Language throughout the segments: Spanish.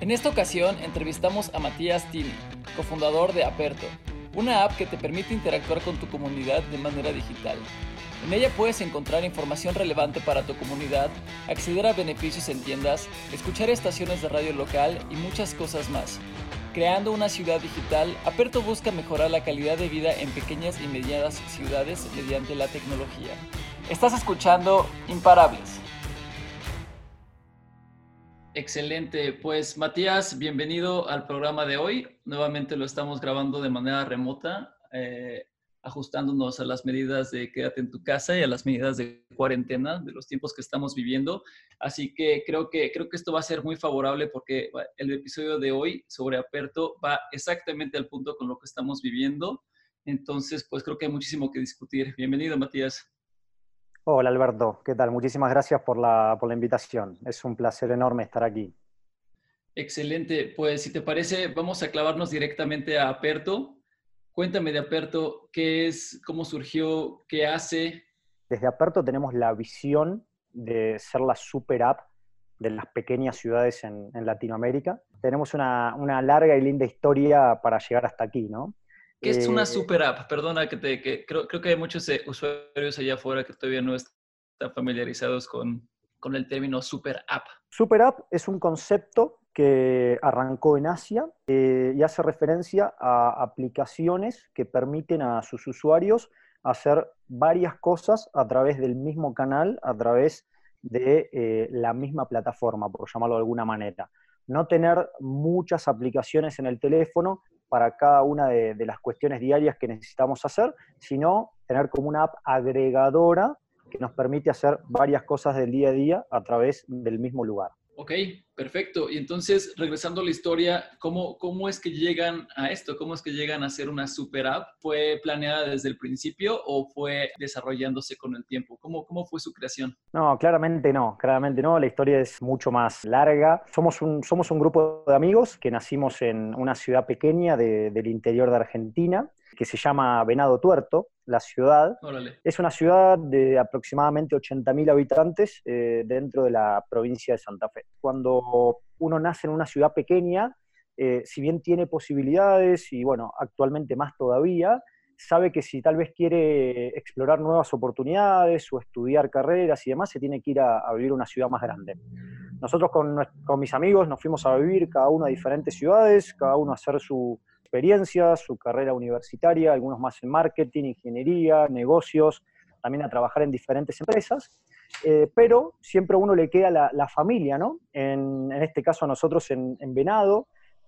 En esta ocasión entrevistamos a Matías Tini, cofundador de Aperto, una app que te permite interactuar con tu comunidad de manera digital. En ella puedes encontrar información relevante para tu comunidad, acceder a beneficios en tiendas, escuchar estaciones de radio local y muchas cosas más. Creando una ciudad digital, Aperto busca mejorar la calidad de vida en pequeñas y medianas ciudades mediante la tecnología. Estás escuchando Imparables. Excelente, pues Matías, bienvenido al programa de hoy. Nuevamente lo estamos grabando de manera remota, ajustándonos a las medidas de quédate en tu casa y a las medidas de cuarentena de los tiempos que estamos viviendo. Así que creo que esto va a ser muy favorable porque el episodio de hoy sobre Aperto va exactamente al punto con lo que estamos viviendo. Entonces, pues creo que hay muchísimo que discutir. Bienvenido, Matías. Hola Alberto, ¿qué tal? Muchísimas gracias por la invitación. Es un placer enorme estar aquí. Excelente, pues si te parece, vamos a clavarnos directamente a Aperto. Cuéntame de Aperto, qué es, cómo surgió, qué hace. Desde Aperto tenemos la visión de ser la super app de las pequeñas ciudades en Latinoamérica. Tenemos una larga y linda historia para llegar hasta aquí, ¿no? ¿Qué es una Eh, super app? Perdona que creo que hay muchos usuarios allá afuera que todavía no están familiarizados con el término super app. Super App es un concepto que arrancó en Asia y hace referencia a aplicaciones que permiten a sus usuarios hacer varias cosas a través del mismo canal, a través de la misma plataforma, por llamarlo de alguna manera. No tener muchas aplicaciones en el teléfono para cada una de las cuestiones diarias que necesitamos hacer, sino tener como una app agregadora que nos permite hacer varias cosas del día a día a través del mismo lugar. Ok, perfecto. Y entonces, regresando a la historia, ¿cómo es que llegan a esto? ¿Cómo es que llegan a ser una super app? ¿Fue planeada desde el principio o fue desarrollándose con el tiempo? ¿Cómo fue su creación? No, claramente no, la historia es mucho más larga. Somos un grupo de amigos que nacimos en una ciudad pequeña del interior de Argentina, que se llama Venado Tuerto, la ciudad. Órale. Es una ciudad de aproximadamente 80.000 habitantes dentro de la provincia de Santa Fe. Cuando uno nace en una ciudad pequeña, si bien tiene posibilidades y bueno, actualmente más todavía, sabe que si tal vez quiere explorar nuevas oportunidades o estudiar carreras y demás, se tiene que ir a vivir a una ciudad más grande. Nosotros con mis amigos nos fuimos a vivir cada uno a diferentes ciudades, cada uno a hacer su experiencia, su carrera universitaria, algunos más en marketing, ingeniería, negocios, también a trabajar en diferentes empresas, pero siempre a uno le queda la familia, ¿no? En este caso a nosotros en Venado,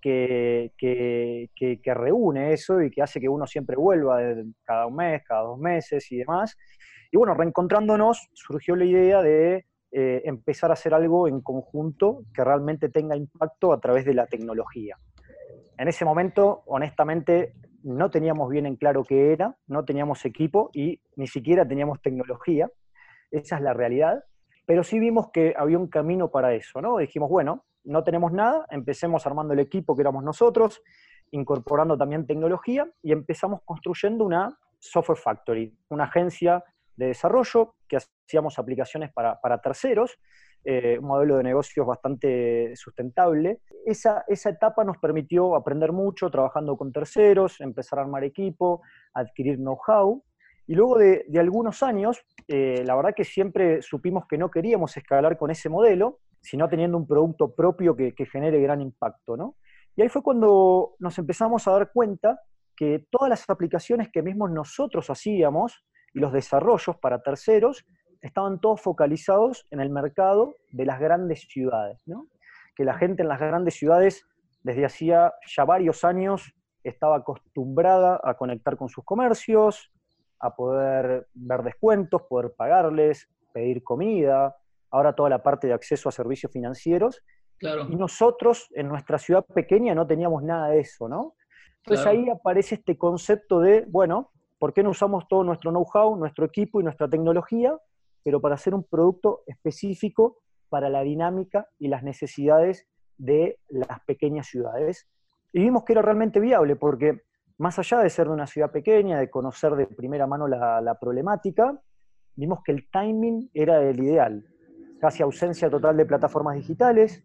que reúne eso y que hace que uno siempre vuelva cada un mes, cada 2 meses y demás. Y bueno, reencontrándonos surgió la idea de empezar a hacer algo en conjunto que realmente tenga impacto a través de la tecnología. En ese momento, honestamente, no teníamos bien en claro qué era, no teníamos equipo y ni siquiera teníamos tecnología, esa es la realidad, pero sí vimos que había un camino para eso, ¿no? Dijimos, bueno, no tenemos nada, empecemos armando el equipo que éramos nosotros, incorporando también tecnología y empezamos construyendo una software factory, una agencia de desarrollo que hacíamos aplicaciones para terceros, un modelo de negocios bastante sustentable. Esa etapa nos permitió aprender mucho trabajando con terceros, empezar a armar equipo, adquirir know-how, y luego de algunos años, la verdad que siempre supimos que no queríamos escalar con ese modelo, sino teniendo un producto propio que genere gran impacto, ¿no? Y ahí fue cuando nos empezamos a dar cuenta que todas las aplicaciones que mismos nosotros hacíamos y los desarrollos para terceros estaban todos focalizados en el mercado de las grandes ciudades, ¿no? Que la gente en las grandes ciudades desde hacía ya varios años estaba acostumbrada a conectar con sus comercios, a poder ver descuentos, poder pagarles, pedir comida, ahora toda la parte de acceso a servicios financieros. Y Claro, nosotros en nuestra ciudad pequeña no teníamos nada de eso, ¿no? Entonces claro. ahí aparece este concepto de, bueno, ¿por qué no usamos todo nuestro know-how, nuestro equipo y nuestra tecnología, pero para hacer un producto específico para la dinámica y las necesidades de las pequeñas ciudades? Y vimos que era realmente viable, porque más allá de ser de una ciudad pequeña, de conocer de primera mano la problemática, vimos que el timing era el ideal. Casi ausencia total de plataformas digitales,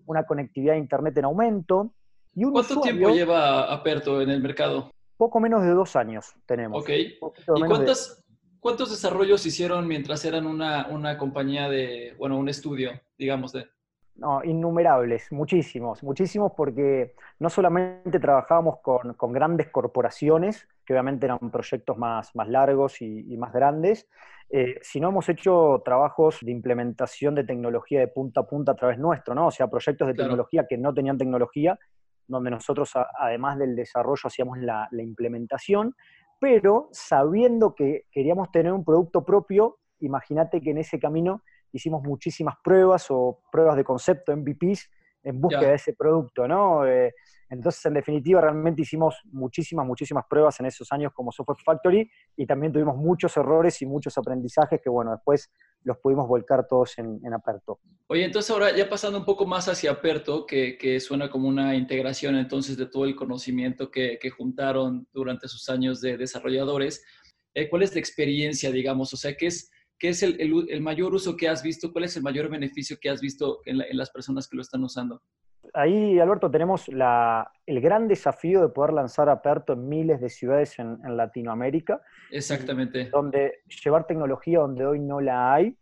una conectividad a Internet en aumento y un ¿Cuánto tiempo usuario, lleva Aperto en el mercado? poco menos de 2 años tenemos. Ok. Un poquito ¿Y menos de, cuántos desarrollos hicieron mientras eran una compañía bueno, un estudio, digamos de? no, innumerables, muchísimos, muchísimos porque no solamente trabajábamos con grandes corporaciones, que obviamente eran proyectos más largos y más grandes, sino hemos hecho trabajos de implementación de tecnología de punta a punta a través nuestro, ¿no? O sea, proyectos de Claro. tecnología que no tenían tecnología, donde nosotros, además del desarrollo, hacíamos la implementación, pero sabiendo que queríamos tener un producto propio, imagínate que en ese camino hicimos muchísimas pruebas o pruebas de concepto, MVPs, en búsqueda de Ya. ese producto, ¿no? Entonces, en definitiva, realmente hicimos muchísimas pruebas en esos años como Software Factory y también tuvimos muchos errores y muchos aprendizajes que, bueno, después los pudimos volcar todos en Aperto. Oye, entonces ahora ya pasando un poco más hacia Aperto, que suena como una integración entonces de todo el conocimiento que juntaron durante sus años de desarrolladores, ¿cuál es la experiencia, digamos? O sea, qué es el mayor uso que has visto? ¿Cuál es el mayor beneficio que has visto en las personas que lo están usando? Ahí, Alberto, tenemos el gran desafío de poder lanzar Aperto en miles de ciudades en Latinoamérica y Exactamente. donde llevar tecnología donde hoy no la hay,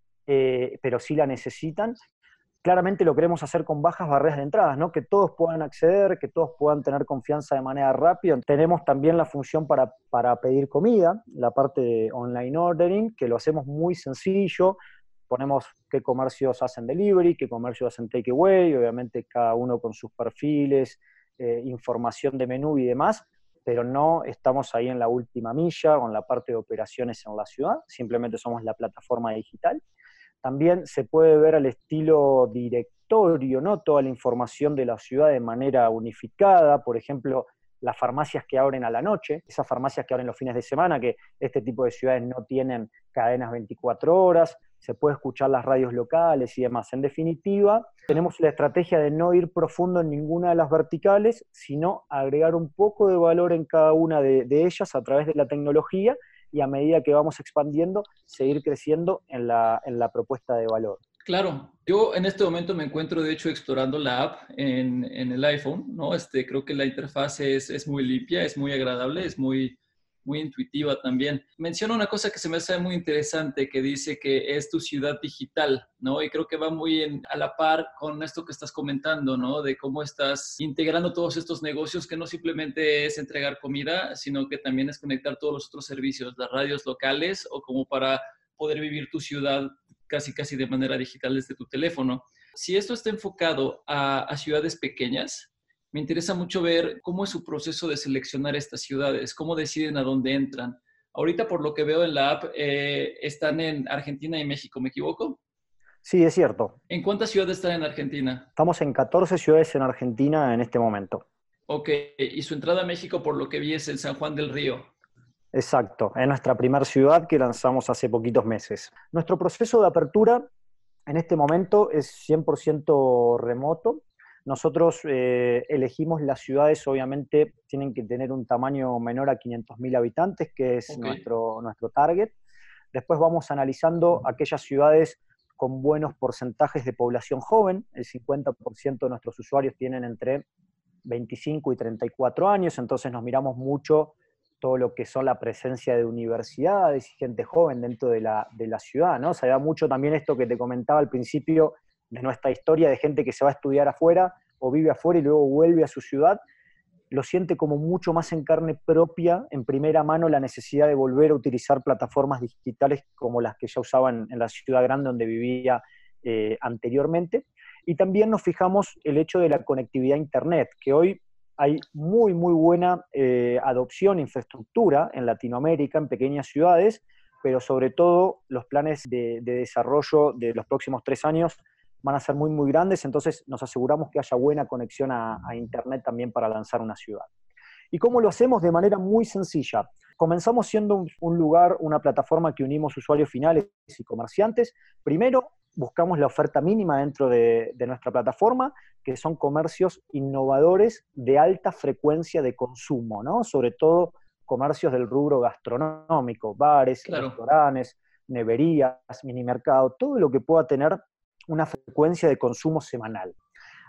pero sí la necesitan. Claramente lo queremos hacer con bajas barreras de entradas, ¿no? Que todos puedan acceder, que todos puedan tener confianza de manera rápida. Tenemos también la función para pedir comida, la parte de online ordering, que lo hacemos muy sencillo. Ponemos qué comercios hacen delivery, qué comercios hacen takeaway, obviamente cada uno con sus perfiles, información de menú y demás, pero no estamos ahí en la última milla o en la parte de operaciones en la ciudad, simplemente somos la plataforma digital. También se puede ver al estilo directorio, ¿no? Toda la información de la ciudad de manera unificada, por ejemplo, las farmacias que abren a la noche, esas farmacias que abren los fines de semana, que este tipo de ciudades no tienen cadenas 24 horas, se puede escuchar las radios locales y demás. En definitiva, tenemos la estrategia de no ir profundo en ninguna de las verticales, sino agregar un poco de valor en cada una de ellas a través de la tecnología y a medida que vamos expandiendo, seguir creciendo en la propuesta de valor. Claro, yo en este momento me encuentro de hecho explorando la app en el iPhone, ¿no? Creo que la interfaz es muy limpia, es muy agradable, es muy intuitiva también. Menciona una cosa que se me hace muy interesante, que dice que es tu ciudad digital, ¿no? Y creo que va muy a la par con esto que estás comentando, ¿no? De cómo estás integrando todos estos negocios, que no simplemente es entregar comida, sino que también es conectar todos los otros servicios, las radios locales o como para poder vivir tu ciudad casi de manera digital desde tu teléfono. Si esto está enfocado a ciudades pequeñas, me interesa mucho ver cómo es su proceso de seleccionar estas ciudades, cómo deciden a dónde entran. Ahorita, por lo que veo en la app, están en Argentina y México, ¿me equivoco? Sí, es cierto. ¿En cuántas ciudades están en Argentina? Estamos en 14 ciudades en Argentina en este momento. Ok, y su entrada a México, por lo que vi, es en San Juan del Río. Exacto, es nuestra primera ciudad que lanzamos hace poquitos meses. Nuestro proceso de apertura en este momento es 100% remoto. Nosotros elegimos las ciudades, obviamente tienen que tener un tamaño menor a 500.000 habitantes, que es Ok, nuestro target. Después vamos analizando aquellas ciudades con buenos porcentajes de población joven. El 50% de nuestros usuarios tienen entre 25 y 34 años, entonces nos miramos mucho todo lo que son la presencia de universidades y gente joven dentro de la ciudad, ¿no? Se da mucho también esto que te comentaba al principio de nuestra historia de gente que se va a estudiar afuera o vive afuera y luego vuelve a su ciudad, lo siente como mucho más en carne propia, en primera mano, la necesidad de volver a utilizar plataformas digitales como las que ya usaban en la ciudad grande donde vivía anteriormente. Y también nos fijamos el hecho de la conectividad a Internet, que hoy hay muy buena adopción, infraestructura en Latinoamérica, en pequeñas ciudades, pero sobre todo los planes de desarrollo de los próximos 3 años van a ser muy grandes, entonces nos aseguramos que haya buena conexión a Internet también para lanzar una ciudad. ¿Y cómo lo hacemos? De manera muy sencilla. Comenzamos siendo un lugar, una plataforma que unimos usuarios finales y comerciantes. Primero, buscamos la oferta mínima dentro de nuestra plataforma, que son comercios innovadores de alta frecuencia de consumo, ¿no? Sobre todo comercios del rubro gastronómico, bares, claro. restaurantes, neverías, minimercado, todo lo que pueda tener una frecuencia de consumo semanal.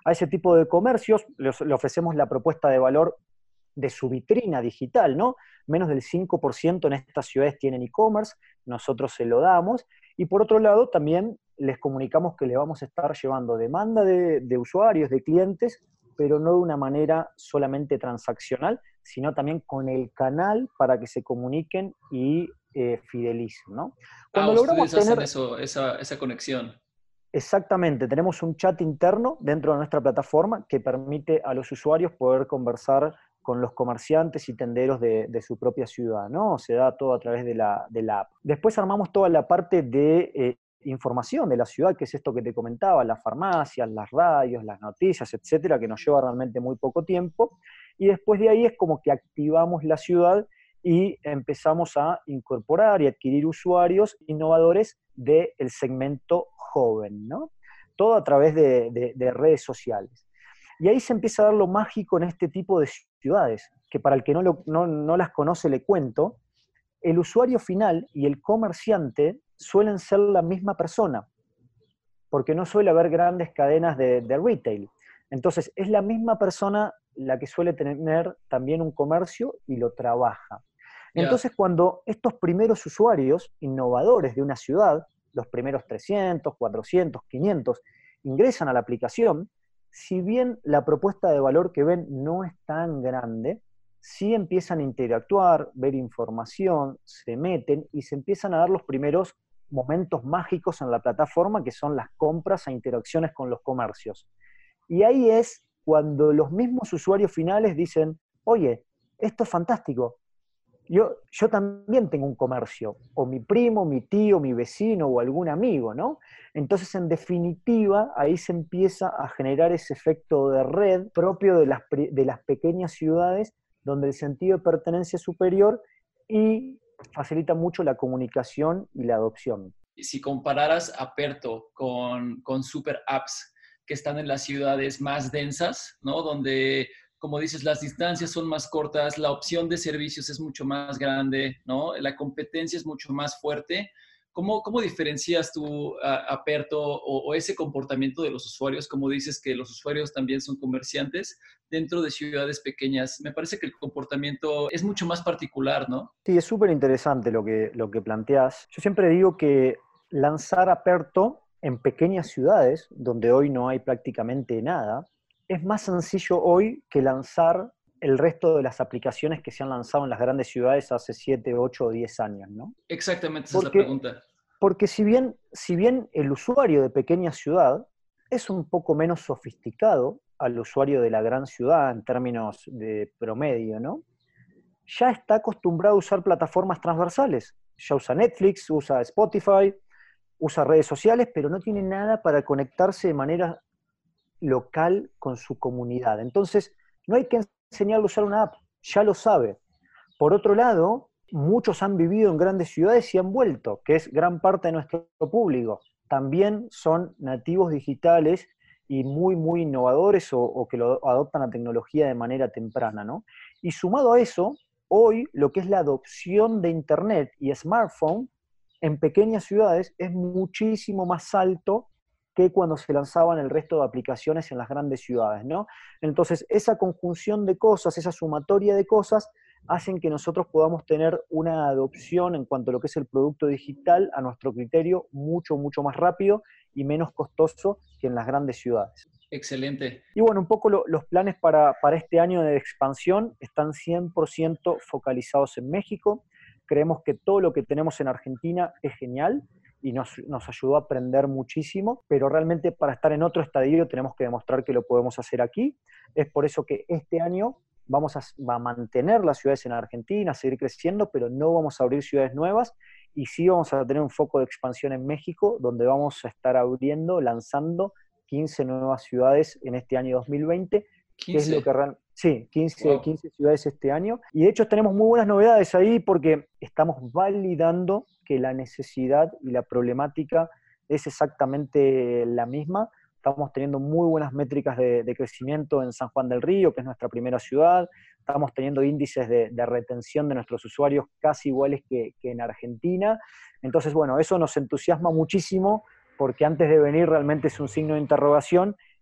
A ese tipo de comercios le ofrecemos la propuesta de valor de su vitrina digital, ¿no? Menos del 5% en estas ciudades tienen e-commerce, nosotros se lo damos, y por otro lado también les comunicamos que le vamos a estar llevando demanda de usuarios, de clientes, pero no de una manera solamente transaccional, sino también con el canal para que se comuniquen y fidelicen, ¿no? Ah, Cuando logramos ustedes hacen tener, eso, esa conexión. exactamente, tenemos un chat interno dentro de nuestra plataforma que permite a los usuarios poder conversar con los comerciantes y tenderos de su propia ciudad, ¿no? Se da todo a través de la app. Después armamos toda la parte de información de la ciudad, que es esto que te comentaba, las farmacias, las radios, las noticias, etcétera, que nos lleva realmente muy poco tiempo. Y después de ahí es como que activamos la ciudad y empezamos a incorporar y adquirir usuarios innovadores del segmento joven, ¿no? Todo a través de redes sociales. Y ahí se empieza a dar lo mágico en este tipo de ciudades, que para el que no las conoce le cuento, el usuario final y el comerciante suelen ser la misma persona, porque no suele haber grandes cadenas de retail. Entonces, es la misma persona la que suele tener también un comercio y lo trabaja. Ya. Entonces, cuando estos primeros usuarios innovadores de una ciudad, los primeros 300, 400, 500, ingresan a la aplicación, si bien la propuesta de valor que ven no es tan grande, sí empiezan a interactuar, ver información, se meten y se empiezan a dar los primeros momentos mágicos en la plataforma, que son las compras e interacciones con los comercios. Y ahí es cuando los mismos usuarios finales dicen, oye, esto es fantástico, yo también tengo un comercio, o mi primo, mi tío, mi vecino o algún amigo, ¿no? Entonces, en definitiva, ahí se empieza a generar ese efecto de red propio de las pequeñas ciudades, donde el sentido de pertenencia es superior y facilita mucho la comunicación y la adopción. Si compararas Aperto con super apps que están en las ciudades más densas, ¿no? Donde, como dices, las distancias son más cortas, la opción de servicios es mucho más grande, ¿no? La competencia es mucho más fuerte. ¿Cómo diferencias tú Aperto o ese comportamiento de los usuarios? Como dices que los usuarios también son comerciantes dentro de ciudades pequeñas. Me parece que el comportamiento es mucho más particular, ¿no? Sí, es súper interesante lo que planteás. Yo siempre digo que lanzar Aperto en pequeñas ciudades, donde hoy no hay prácticamente nada, es más sencillo hoy que lanzar el resto de las aplicaciones que se han lanzado en las grandes ciudades hace 7, 8 o 10 años, ¿no? Exactamente, esa es la Porque, pregunta. porque si bien el usuario de pequeña ciudad es un poco menos sofisticado al usuario de la gran ciudad en términos de promedio, ¿no? Ya está acostumbrado a usar plataformas transversales. Ya usa Netflix, usa Spotify, usa redes sociales, pero no tiene nada para conectarse de manera local con su comunidad. Entonces, no hay que enseñarle a usar una app, ya lo sabe. Por otro lado, muchos han vivido en grandes ciudades y han vuelto, que es gran parte de nuestro público. También son nativos digitales y muy, muy innovadores o que lo adoptan la tecnología de manera temprana, ¿no? Y sumado a eso, hoy lo que es la adopción de Internet y smartphone en pequeñas ciudades es muchísimo más alto que cuando se lanzaban el resto de aplicaciones en las grandes ciudades, ¿no? Entonces, esa conjunción de cosas, esa sumatoria de cosas, hacen que nosotros podamos tener una adopción en cuanto a lo que es el producto digital a nuestro criterio mucho, mucho más rápido y menos costoso que en las grandes ciudades. Excelente. Y bueno, un poco los planes para este año de expansión están 100% focalizados en México. Creemos que todo lo que tenemos en Argentina es genial y nos ayudó a aprender muchísimo, pero realmente para estar en otro estadio tenemos que demostrar que lo podemos hacer aquí. Es por eso que este año vamos a mantener las ciudades en Argentina, a seguir creciendo, pero no vamos a abrir ciudades nuevas y sí vamos a tener un foco de expansión en México, donde vamos a estar abriendo, lanzando 15 nuevas ciudades en este año 2020, que es lo 15. que sí, 15, Wow. 15 ciudades este año. Y de hecho tenemos muy buenas novedades ahí porque estamos validando que la necesidad y la problemática es exactamente la misma. Estamos teniendo muy buenas métricas de crecimiento en San Juan del Río, que es nuestra primera ciudad. Estamos teniendo índices de retención de nuestros usuarios casi iguales que en Argentina. Entonces, bueno, eso nos entusiasma muchísimo porque antes de venir realmente es un signo de interrogación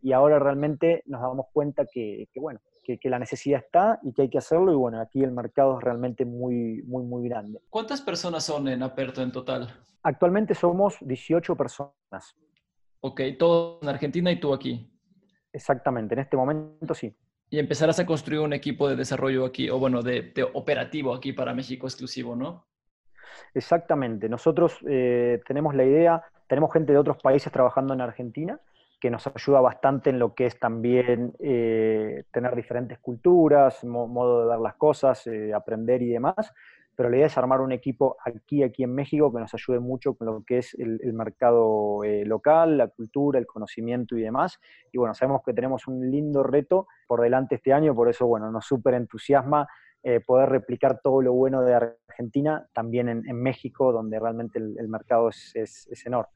y ahora realmente nos damos cuenta bueno, que la necesidad está y que hay que hacerlo, y bueno, aquí el mercado es realmente muy, muy, muy grande. ¿Cuántas personas son en Aperto en total? Actualmente somos 18 personas. Ok, todos en Argentina y tú aquí. Exactamente, en este momento sí. Y empezarás a construir un equipo de desarrollo aquí, o bueno, de operativo aquí para México exclusivo, ¿no? Exactamente. Nosotros tenemos la idea, tenemos gente de otros países trabajando en Argentina, que nos ayuda bastante en lo que es también tener diferentes culturas, modo de ver las cosas, aprender y demás. Pero la idea es armar un equipo aquí en México, que nos ayude mucho con lo que es el mercado local, la cultura, el conocimiento y demás. Y bueno, sabemos que tenemos un lindo reto por delante este año, por eso, bueno, nos súper entusiasma poder replicar todo lo bueno de Argentina también en México, donde realmente el mercado es enorme.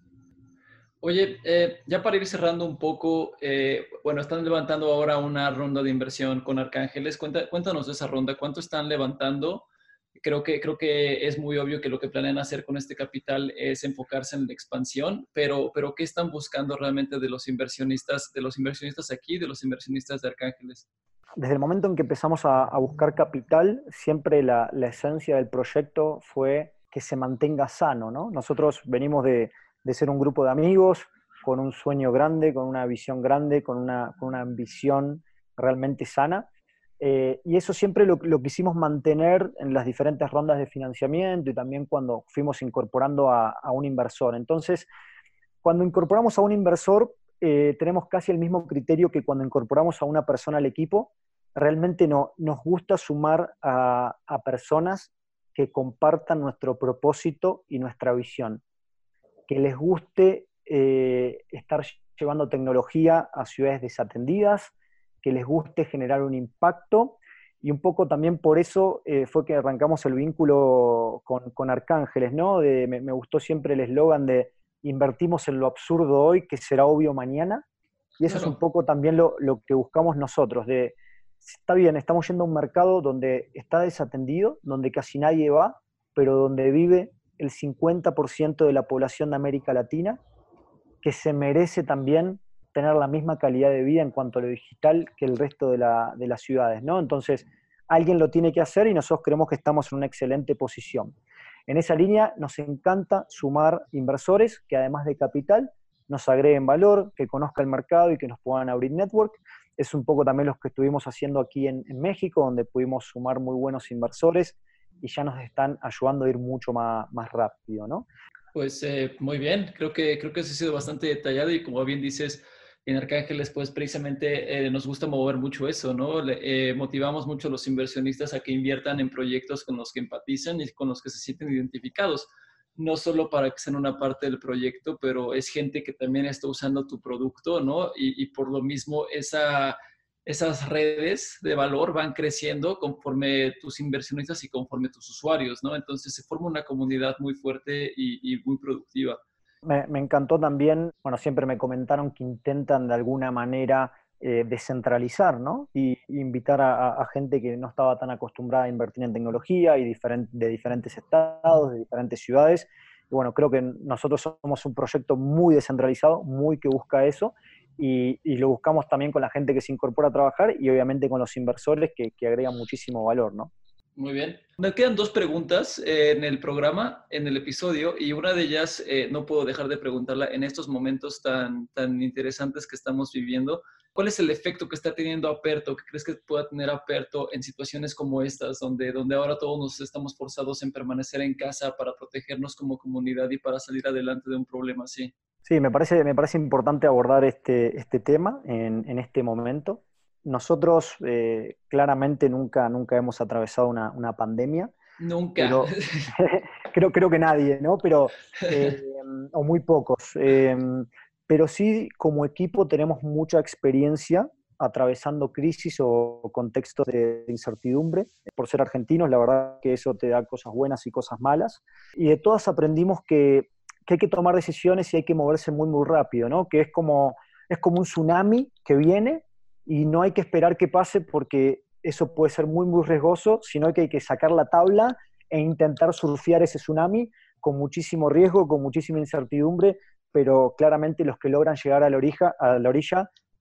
Oye, ya para ir cerrando un poco, bueno, están levantando ahora una ronda de inversión con Arcángeles. Cuéntanos de esa ronda, ¿cuánto están levantando? Creo que es muy obvio que lo que planean hacer con este capital es enfocarse en la expansión, pero ¿qué están buscando realmente de los inversionistas aquí, de los inversionistas de Arcángeles? Desde el momento en que empezamos a buscar capital, siempre la esencia del proyecto fue que se mantenga sano, ¿no? Nosotros venimos de ser un grupo de amigos con un sueño grande, con una visión grande, con una ambición realmente sana. Y eso siempre lo quisimos mantener en las diferentes rondas de financiamiento y también cuando fuimos incorporando a un inversor. Entonces, cuando incorporamos a un inversor, tenemos casi el mismo criterio que cuando incorporamos a una persona al equipo. Realmente nos gusta sumar a personas que compartan nuestro propósito y nuestra visión, que les guste estar llevando tecnología a ciudades desatendidas, que les guste generar un impacto, y un poco también por eso fue que arrancamos el vínculo con Arcángeles, ¿no? Me gustó siempre el eslogan de invertimos en lo absurdo hoy, que será obvio mañana, y eso es un Claro. poco también lo que buscamos nosotros, está bien, estamos yendo a un mercado donde está desatendido, donde casi nadie va, pero donde vive el 50% de la población de América Latina, que se merece también tener la misma calidad de vida en cuanto a lo digital que el resto de las ciudades, ¿no? Entonces, alguien lo tiene que hacer y nosotros creemos que estamos en una excelente posición. En esa línea nos encanta sumar inversores que además de capital nos agreguen valor, que conozcan el mercado y que nos puedan abrir network. Es un poco también lo que estuvimos haciendo aquí en México, donde pudimos sumar muy buenos inversores y ya nos están ayudando a ir mucho más rápido, ¿no? Pues muy bien, creo que eso ha sido bastante detallado y como bien dices, en Arcángeles pues precisamente nos gusta mover mucho eso, ¿no? Motivamos mucho a los inversionistas a que inviertan en proyectos con los que empatizan y con los que se sienten identificados, no solo para que sean una parte del proyecto, pero es gente que también está usando tu producto, ¿no? Y por lo mismo esas redes de valor van creciendo conforme tus inversionistas y conforme tus usuarios, ¿no? Entonces se forma una comunidad muy fuerte y muy productiva. Me encantó también, bueno, siempre me comentaron que intentan de alguna manera descentralizar, ¿no? Y invitar a gente que no estaba tan acostumbrada a invertir en tecnología y de diferentes estados, de diferentes ciudades. Y bueno, creo que nosotros somos un proyecto muy descentralizado, muy que busca eso, y lo buscamos también con la gente que se incorpora a trabajar y obviamente con los inversores que agregan muchísimo valor, ¿no? Muy bien. Me quedan dos preguntas en el programa, en el episodio, y una de ellas no puedo dejar de preguntarla en estos momentos tan interesantes que estamos viviendo. ¿Cuál es el efecto que está teniendo Aperto? ¿Qué crees que pueda tener Aperto en situaciones como estas, donde ahora todos nos estamos forzados en permanecer en casa para protegernos como comunidad y para salir adelante de un problema así? Sí, me parece importante abordar este tema en este momento. Nosotros claramente nunca hemos atravesado una pandemia, Nunca. pero creo que nadie, ¿no? Eh, o muy pocos. Pero sí, como equipo tenemos mucha experiencia atravesando crisis o contextos de incertidumbre. Por ser argentinos, la verdad que eso te da cosas buenas y cosas malas. Y de todas aprendimos que hay que tomar decisiones y hay que moverse muy rápido, ¿no? Que es como un tsunami que viene y no hay que esperar que pase porque eso puede ser muy riesgoso, sino que hay que sacar la tabla e intentar surfear ese tsunami con muchísimo riesgo, con muchísima incertidumbre, pero claramente los que logran llegar a la orilla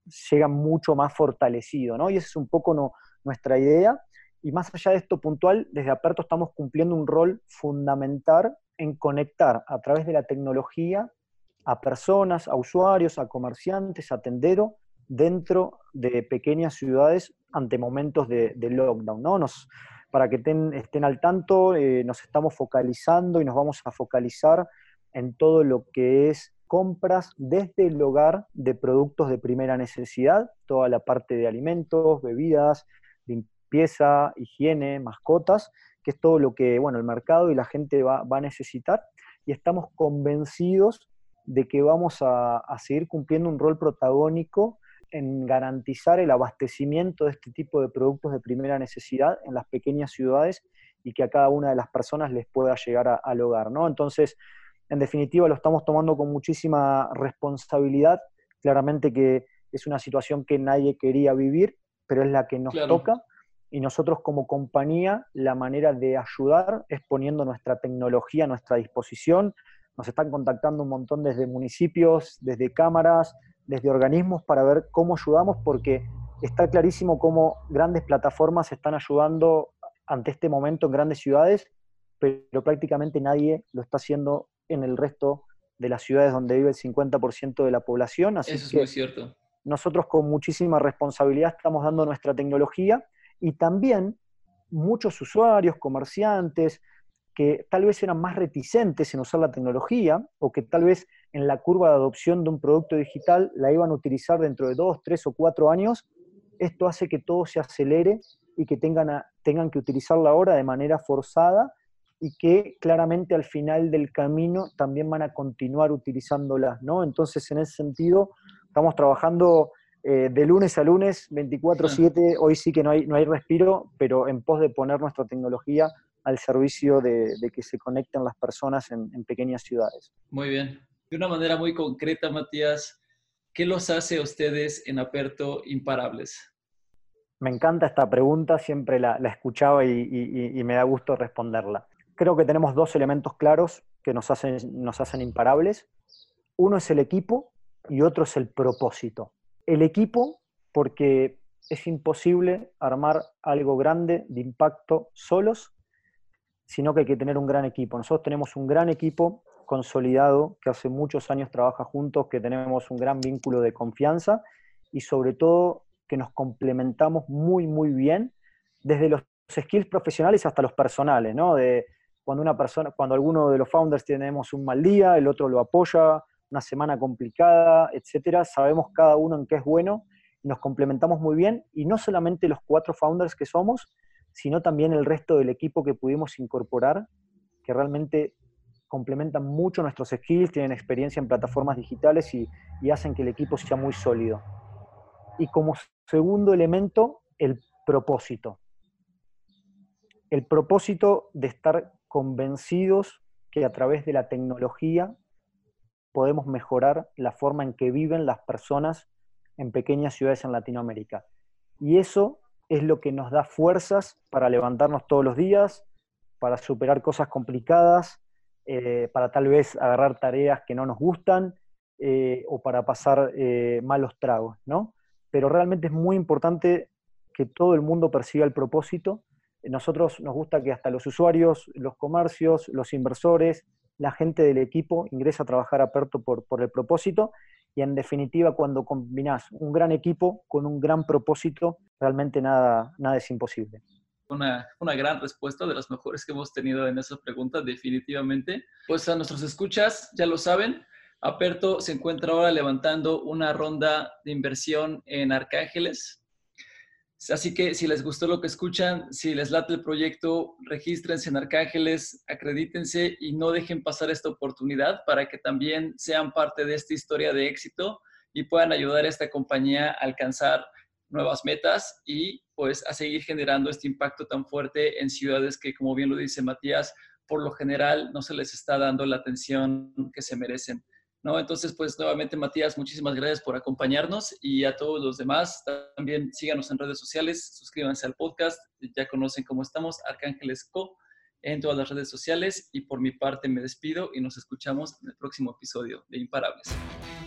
llega mucho más fortalecido, ¿no? Y esa es un poco nuestra idea. Y más allá de esto puntual, desde Aperto estamos cumpliendo un rol fundamental en conectar a través de la tecnología a personas, a usuarios, a comerciantes, a tenderos, dentro de pequeñas ciudades ante momentos de lockdown, ¿no? Para que estén al tanto, nos estamos focalizando y nos vamos a focalizar en todo lo que es compras desde el hogar de productos de primera necesidad, toda la parte de alimentos, bebidas, limpieza, higiene, mascotas, que es todo lo que, bueno, el mercado y la gente va a necesitar, y estamos convencidos de que vamos a seguir cumpliendo un rol protagónico en garantizar el abastecimiento de este tipo de productos de primera necesidad en las pequeñas ciudades y que a cada una de las personas les pueda llegar al hogar, ¿no? Entonces, en definitiva, lo estamos tomando con muchísima responsabilidad. Claramente que es una situación que nadie quería vivir, pero es la que nos Claro. toca. Y nosotros como compañía, la manera de ayudar es poniendo nuestra tecnología a nuestra disposición. Nos están contactando un montón desde municipios, desde cámaras, desde organismos para ver cómo ayudamos, porque está clarísimo cómo grandes plataformas están ayudando ante este momento en grandes ciudades, pero prácticamente nadie lo está haciendo en el resto de las ciudades donde vive el 50% de la población. Así Eso es muy que cierto. nosotros con muchísima responsabilidad estamos dando nuestra tecnología, y también muchos usuarios, comerciantes, que tal vez eran más reticentes en usar la tecnología, o que tal vez en la curva de adopción de un producto digital la iban a utilizar dentro de 2, 3 o 4 años. Esto hace que todo se acelere y que tengan que utilizarla ahora de manera forzada, y que claramente al final del camino también van a continuar utilizándolas, ¿no? Entonces, en ese sentido, estamos trabajando de lunes a lunes, 24/7. Hoy sí que no hay respiro, pero en pos de poner nuestra tecnología al servicio de que se conecten las personas en pequeñas ciudades. Muy bien. De una manera muy concreta, Matías, ¿qué los hace a ustedes en Aperto imparables? Me encanta esta pregunta, siempre la escuchaba y me da gusto responderla. Creo que tenemos dos elementos claros que nos hacen imparables. Uno es el equipo y otro es el propósito. El equipo, porque es imposible armar algo grande de impacto solos, sino que hay que tener un gran equipo. Nosotros tenemos un gran equipo consolidado, que hace muchos años trabaja juntos, que tenemos un gran vínculo de confianza, y sobre todo que nos complementamos muy, muy bien, desde los skills profesionales hasta los personales, ¿no? De cuando alguno de los founders tenemos un mal día, el otro lo apoya, una semana complicada, etcétera. Sabemos cada uno en qué es bueno, y nos complementamos muy bien, y no solamente los 4 founders que somos, sino también el resto del equipo que pudimos incorporar, que realmente complementan mucho nuestros skills, tienen experiencia en plataformas digitales y hacen que el equipo sea muy sólido. Y como segundo elemento, el propósito. El propósito de estar convencidos que a través de la tecnología podemos mejorar la forma en que viven las personas en pequeñas ciudades en Latinoamérica. Y eso es lo que nos da fuerzas para levantarnos todos los días, para superar cosas complicadas, para tal vez agarrar tareas que no nos gustan, o para pasar malos tragos, ¿no? Pero realmente es muy importante que todo el mundo persiga el propósito. Nosotros nos gusta que hasta los usuarios, los comercios, los inversores, la gente del equipo ingresa a trabajar a Aperto por el propósito, y en definitiva, cuando combinás un gran equipo con un gran propósito, realmente nada es imposible. Una gran respuesta, de las mejores que hemos tenido en esa pregunta, definitivamente. Pues a nuestros escuchas, ya lo saben, Aperto se encuentra ahora levantando una ronda de inversión en Arcángeles. Así que si les gustó lo que escuchan, si les late el proyecto, regístrense en Arcángeles, acredítense y no dejen pasar esta oportunidad para que también sean parte de esta historia de éxito y puedan ayudar a esta compañía a alcanzar nuevas metas y pues a seguir generando este impacto tan fuerte en ciudades que, como bien lo dice Matías, por lo general no se les está dando la atención que se merecen, ¿no? Entonces, pues nuevamente, Matías, muchísimas gracias por acompañarnos, y a todos los demás también síganos en redes sociales, suscríbanse al podcast, ya conocen cómo estamos, Arcángeles Co, en todas las redes sociales, y por mi parte me despido y nos escuchamos en el próximo episodio de Imparables.